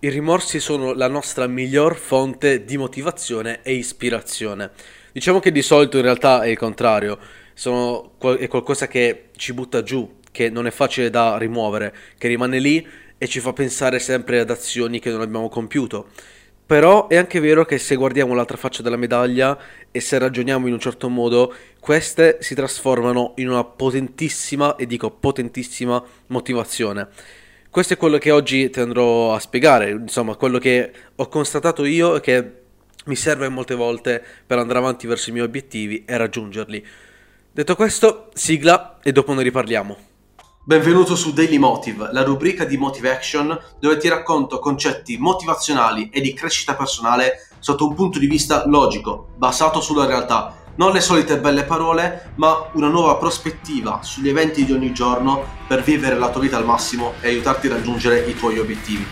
I rimorsi sono la nostra miglior fonte di motivazione e ispirazione. Diciamo che di solito in realtà è il contrario, è qualcosa che ci butta giù, che non è facile da rimuovere, che rimane lì e ci fa pensare sempre ad azioni che non abbiamo compiuto. Però è anche vero che se guardiamo l'altra faccia della medaglia e se ragioniamo in un certo modo, queste si trasformano in una potentissima, e dico potentissima, motivazione. Questo è quello che oggi ti andrò a spiegare, insomma, quello che ho constatato io e che mi serve molte volte per andare avanti verso i miei obiettivi e raggiungerli. Detto questo, sigla e dopo ne riparliamo. Benvenuto su Daily Motive, la rubrica di Motive Action dove ti racconto concetti motivazionali e di crescita personale sotto un punto di vista logico, basato sulla realtà. Non le solite belle parole, ma una nuova prospettiva sugli eventi di ogni giorno per vivere la tua vita al massimo e aiutarti a raggiungere i tuoi obiettivi.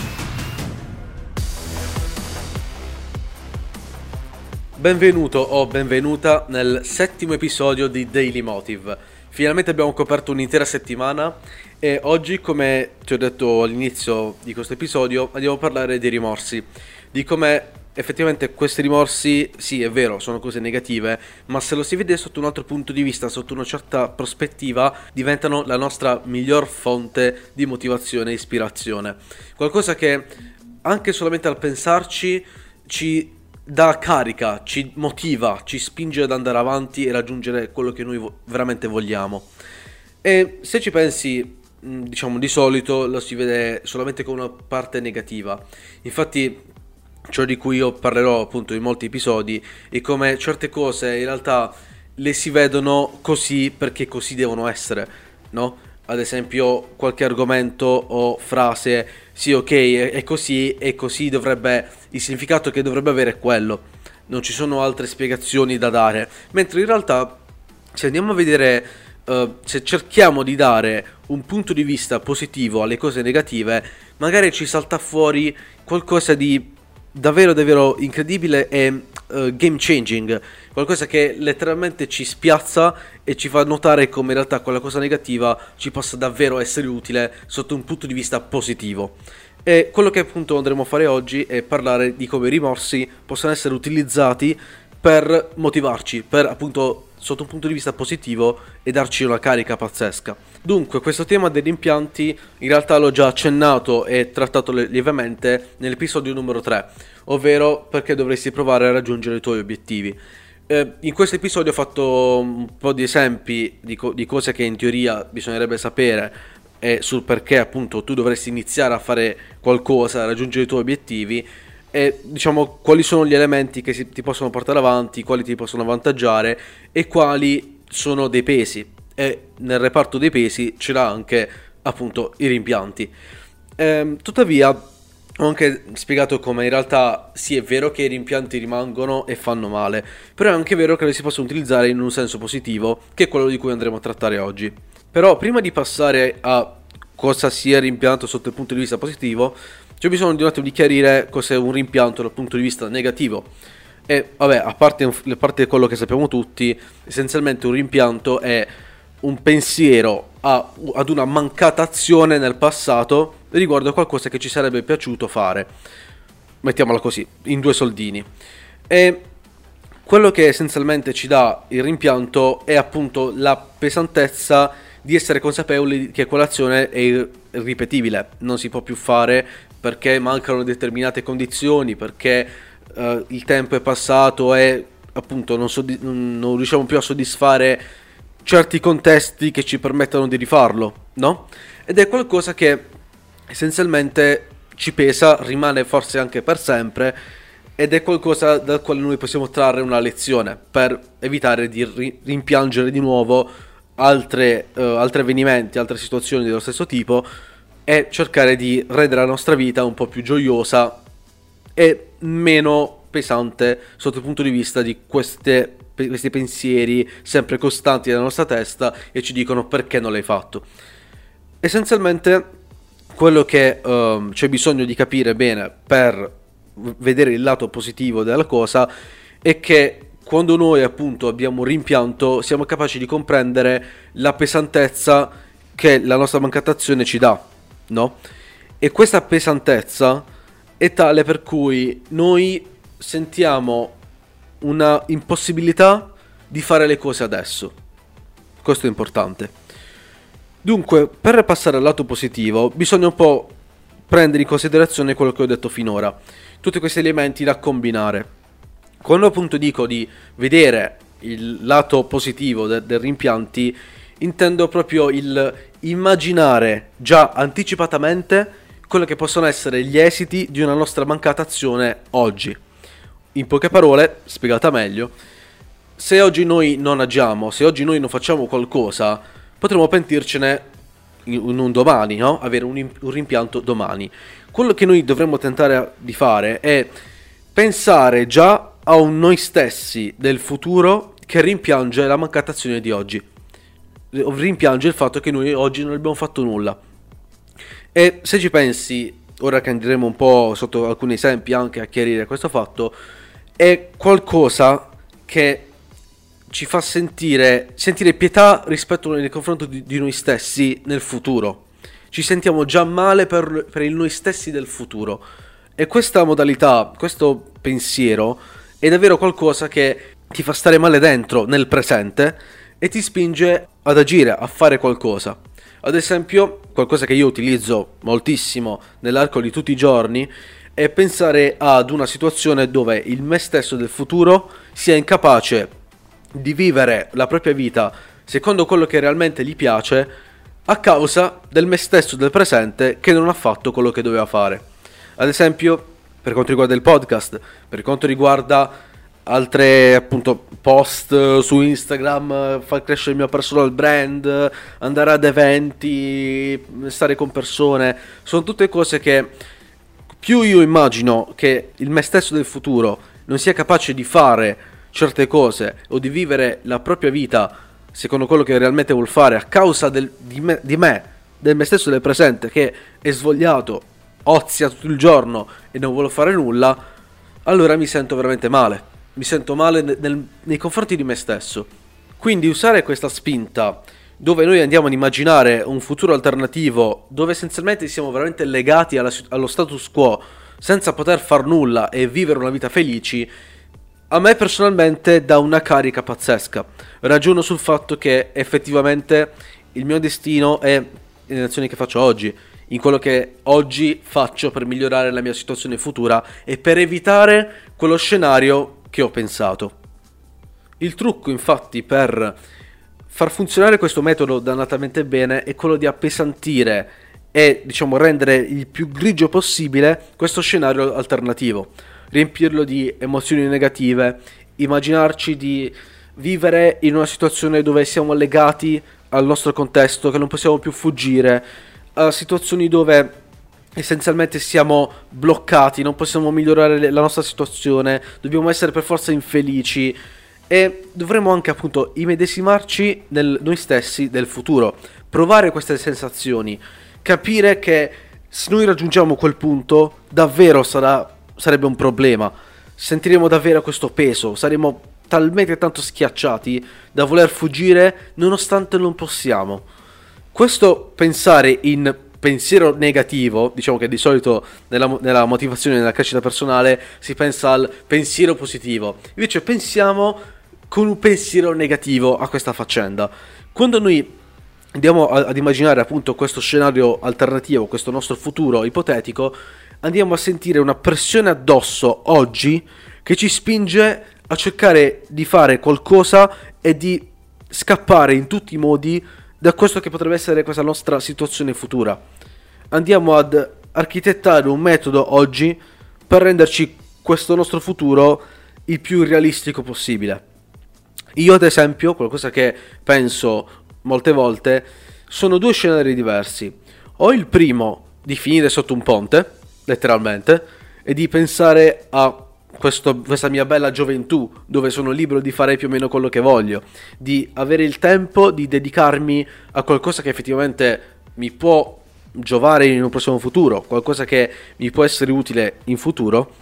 Benvenuto o benvenuta nel settimo episodio di Daily Motive. Finalmente abbiamo coperto un'intera settimana e oggi, come ti ho detto all'inizio di questo episodio, andiamo a parlare dei rimorsi, di come effettivamente questi rimorsi, sì è vero, sono cose negative, ma se lo si vede sotto un altro punto di vista, sotto una certa prospettiva, diventano la nostra miglior fonte di motivazione e ispirazione. Qualcosa che anche solamente al pensarci ci dà carica, ci motiva, ci spinge ad andare avanti e raggiungere quello che noi veramente vogliamo. E se ci pensi, diciamo di solito lo si vede solamente con una parte negativa. Infatti ciò di cui io parlerò appunto in molti episodi è come certe cose in realtà le si vedono così perché così devono essere, no? Ad esempio qualche argomento o frase, sì ok è così e così dovrebbe, il significato che dovrebbe avere è quello, non ci sono altre spiegazioni da dare, mentre in realtà se andiamo a vedere, se cerchiamo di dare un punto di vista positivo alle cose negative, magari ci salta fuori qualcosa di davvero davvero incredibile e game changing, qualcosa che letteralmente ci spiazza e ci fa notare come in realtà quella cosa negativa ci possa davvero essere utile sotto un punto di vista positivo. E quello che appunto andremo a fare oggi è parlare di come i rimorsi possano essere utilizzati per motivarci, per appunto sotto un punto di vista positivo e darci una carica pazzesca. Dunque, questo tema degli rimpianti in realtà l'ho già accennato e trattato lievemente nell'episodio numero 3, ovvero perché dovresti provare a raggiungere i tuoi obiettivi. In questo episodio ho fatto un po' di esempi di cose che in teoria bisognerebbe sapere e sul perché appunto tu dovresti iniziare a fare qualcosa, a raggiungere i tuoi obiettivi e diciamo quali sono gli elementi che ti possono portare avanti, quali ti possono avvantaggiare e quali sono dei pesi. E nel reparto dei pesi c'era anche appunto i rimpianti. Tuttavia ho anche spiegato come in realtà sì è vero che i rimpianti rimangono e fanno male, però è anche vero che li si possono utilizzare in un senso positivo, che è quello di cui andremo a trattare oggi. Però prima di passare a cosa sia il rimpianto sotto il punto di vista positivo, c'è bisogno di un attimo di chiarire cos'è un rimpianto dal punto di vista negativo. E vabbè, a parte quello che sappiamo tutti, essenzialmente un rimpianto è un pensiero ad una mancata azione nel passato riguardo a qualcosa che ci sarebbe piaciuto fare. Mettiamola così, in due soldini. E quello che essenzialmente ci dà il rimpianto è appunto la pesantezza di essere consapevoli che quell'azione è irripetibile, non si può più fare perché mancano determinate condizioni, perché il tempo è passato e appunto non riusciamo più a soddisfare certi contesti che ci permettono di rifarlo, no? Ed è qualcosa che essenzialmente ci pesa, rimane forse anche per sempre, ed è qualcosa dal quale noi possiamo trarre una lezione per evitare di rimpiangere di nuovo altri avvenimenti, altre situazioni dello stesso tipo e cercare di rendere la nostra vita un po' più gioiosa e meno pesante sotto il punto di vista di questi pensieri sempre costanti nella nostra testa e ci dicono perché non l'hai fatto. Essenzialmente quello che c'è bisogno di capire bene per vedere il lato positivo della cosa è che quando noi appunto abbiamo un rimpianto siamo capaci di comprendere la pesantezza che la nostra mancata azione ci dà, no? E questa pesantezza è tale per cui noi sentiamo una impossibilità di fare le cose adesso. Questo è importante. Dunque, per passare al lato positivo, bisogna un po' prendere in considerazione quello che ho detto finora, tutti questi elementi da combinare. Quando appunto dico di vedere il lato positivo del rimpianti, intendo proprio il immaginare già anticipatamente quello che possono essere gli esiti di una nostra mancata azione oggi. In poche parole, spiegata meglio, se oggi noi non agiamo, se oggi noi non facciamo qualcosa, potremo pentircene in un domani, no? Avere un rimpianto domani. Quello che noi dovremmo tentare di fare è pensare già a un noi stessi del futuro che rimpiange la mancata azione di oggi. Rimpiange il fatto che noi oggi non abbiamo fatto nulla. E se ci pensi, ora che andremo un po' sotto alcuni esempi anche a chiarire questo fatto, è qualcosa che ci fa sentire pietà rispetto nei confronti di noi stessi nel futuro. Ci sentiamo già male per il noi stessi del futuro. E questa modalità, questo pensiero, è davvero qualcosa che ti fa stare male dentro, nel presente, e ti spinge ad agire, a fare qualcosa. Ad esempio, qualcosa che io utilizzo moltissimo nell'arco di tutti i giorni è pensare ad una situazione dove il me stesso del futuro sia incapace di vivere la propria vita secondo quello che realmente gli piace a causa del me stesso del presente che non ha fatto quello che doveva fare. Ad esempio, per quanto riguarda il podcast, per quanto riguarda altre appunto post su Instagram, far crescere il mio personal brand, andare ad eventi, stare con persone, sono tutte cose che più io immagino che il me stesso del futuro non sia capace di fare certe cose o di vivere la propria vita secondo quello che realmente vuol fare a causa del me stesso del presente che è svogliato, ozia tutto il giorno e non vuole fare nulla, allora mi sento veramente male. Mi sento male nei confronti di me stesso. Quindi usare questa spinta dove noi andiamo ad immaginare un futuro alternativo, dove essenzialmente siamo veramente legati allo status quo senza poter far nulla e vivere una vita felici, a me personalmente dà una carica pazzesca. Ragiono sul fatto che effettivamente il mio destino è nelle azioni che faccio oggi, in quello che oggi faccio per migliorare la mia situazione futura e per evitare quello scenario che ho pensato. Il trucco infatti per far funzionare questo metodo dannatamente bene è quello di appesantire e rendere il più grigio possibile questo scenario alternativo, riempirlo di emozioni negative, immaginarci di vivere in una situazione dove siamo legati al nostro contesto, che non possiamo più fuggire, a situazioni dove essenzialmente siamo bloccati, non possiamo migliorare la nostra situazione, dobbiamo essere per forza infelici e dovremo anche appunto immedesimarci nel noi stessi del futuro, provare queste sensazioni, capire che se noi raggiungiamo quel punto davvero sarebbe un problema, sentiremo davvero questo peso, saremo talmente tanto schiacciati da voler fuggire nonostante non possiamo. Questo pensare in pensiero negativo, diciamo che di solito nella motivazione, nella crescita personale si pensa al pensiero positivo, invece pensiamo con un pensiero negativo a questa faccenda. Quando noi andiamo ad immaginare appunto questo scenario alternativo, questo nostro futuro ipotetico, andiamo a sentire una pressione addosso oggi che ci spinge a cercare di fare qualcosa e di scappare in tutti i modi da questo che potrebbe essere questa nostra situazione futura. Andiamo ad architettare un metodo oggi per renderci questo nostro futuro il più realistico possibile. Io ad esempio, qualcosa che penso molte volte, sono due scenari diversi. O il primo di finire sotto un ponte, letteralmente, e di pensare a questa mia bella gioventù dove sono libero di fare più o meno quello che voglio, di avere il tempo di dedicarmi a qualcosa che effettivamente mi può giovare in un prossimo futuro, qualcosa che mi può essere utile in futuro,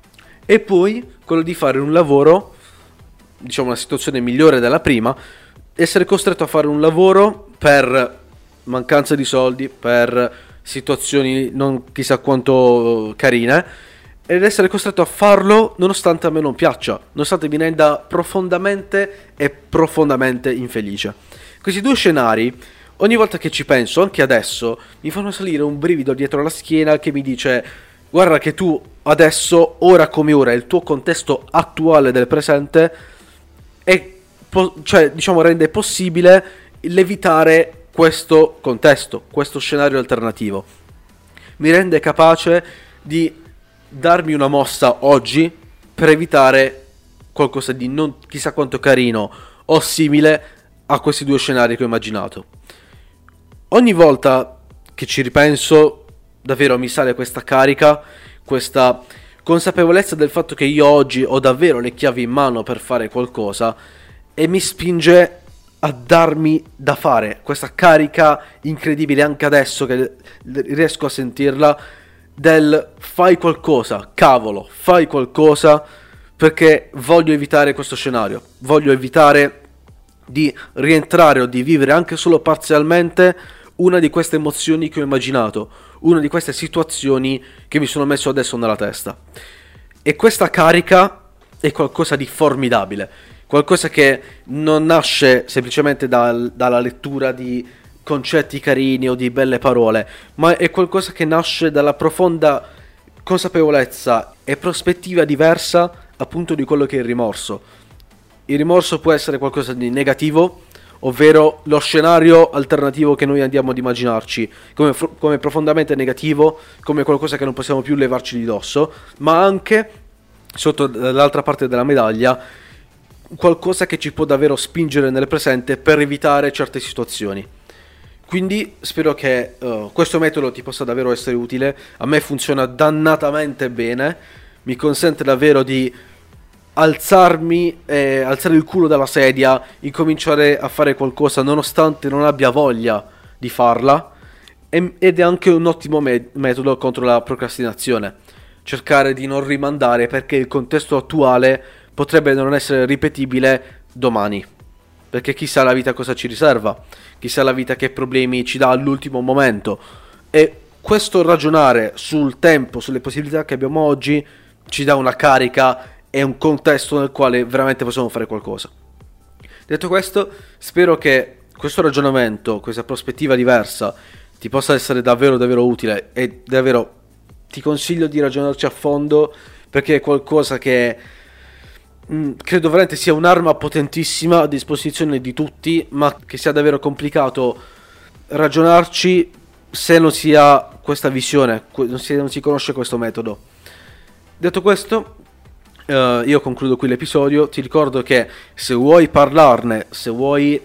e poi quello di fare un lavoro, una situazione migliore della prima, essere costretto a fare un lavoro per mancanza di soldi, per situazioni non chissà quanto carine, ed essere costretto a farlo nonostante a me non piaccia, nonostante mi renda profondamente infelice. Questi due scenari, ogni volta che ci penso, anche adesso, mi fanno salire un brivido dietro la schiena che mi dice: guarda che tu adesso, ora come ora, il tuo contesto attuale del presente rende possibile l'evitare questo contesto, questo scenario alternativo. Mi rende capace di darmi una mossa oggi per evitare qualcosa di non chissà quanto carino o simile a questi due scenari che ho immaginato. Ogni volta che ci ripenso, davvero mi sale questa carica, questa consapevolezza del fatto che io oggi ho davvero le chiavi in mano per fare qualcosa, e mi spinge a darmi da fare, questa carica incredibile anche adesso che riesco a sentirla, del fai qualcosa, cavolo, fai qualcosa, perché voglio evitare questo scenario, voglio evitare di rientrare o di vivere anche solo parzialmente una di queste emozioni che ho immaginato, una di queste situazioni che mi sono messo adesso nella testa. E questa carica è qualcosa di formidabile, qualcosa che non nasce semplicemente dalla lettura di concetti carini o di belle parole, ma è qualcosa che nasce dalla profonda consapevolezza e prospettiva diversa appunto di quello che è il rimorso. Il rimorso può essere qualcosa di negativo, ovvero lo scenario alternativo che noi andiamo ad immaginarci come profondamente negativo, come qualcosa che non possiamo più levarci di dosso, ma anche, sotto l'altra parte della medaglia, qualcosa che ci può davvero spingere nel presente per evitare certe situazioni. Quindi spero che questo metodo ti possa davvero essere utile. A me funziona dannatamente bene, mi consente davvero di alzarmi, alzare il culo dalla sedia, incominciare a fare qualcosa nonostante non abbia voglia di farla, ed è anche un ottimo metodo contro la procrastinazione. Cercare di non rimandare perché il contesto attuale potrebbe non essere ripetibile domani, perché chissà la vita cosa ci riserva, chissà la vita che problemi ci dà all'ultimo momento, e questo ragionare sul tempo, sulle possibilità che abbiamo oggi, ci dà una carica e un contesto nel quale veramente possiamo fare qualcosa. Detto questo, spero che questo ragionamento, questa prospettiva diversa ti possa essere davvero davvero utile, e davvero ti consiglio di ragionarci a fondo, perché è qualcosa che credo veramente sia un'arma potentissima a disposizione di tutti, ma che sia davvero complicato ragionarci se non si ha questa visione, se non si conosce questo metodo. Detto questo, io concludo qui l'episodio. Ti ricordo che se vuoi parlarne, se vuoi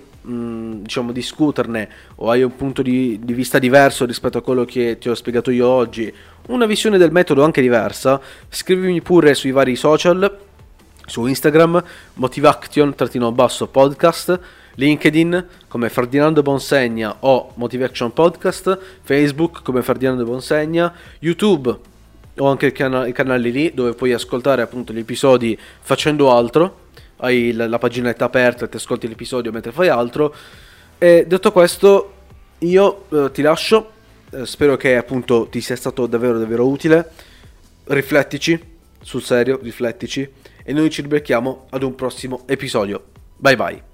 discuterne, o hai un punto di vista diverso rispetto a quello che ti ho spiegato io oggi, una visione del metodo anche diversa, scrivimi pure sui vari social, su Instagram motivaction_podcast, LinkedIn come Ferdinando Bonsegna o Motivation Podcast, Facebook come Ferdinando Bonsegna, YouTube ho anche i canali lì dove puoi ascoltare appunto gli episodi facendo altro. Hai la paginetta aperta e ti ascolti l'episodio mentre fai altro. E detto questo, io ti lascio. Spero che appunto ti sia stato davvero davvero utile. Riflettici, sul serio, riflettici, e noi ci ribecchiamo ad un prossimo episodio. Bye bye.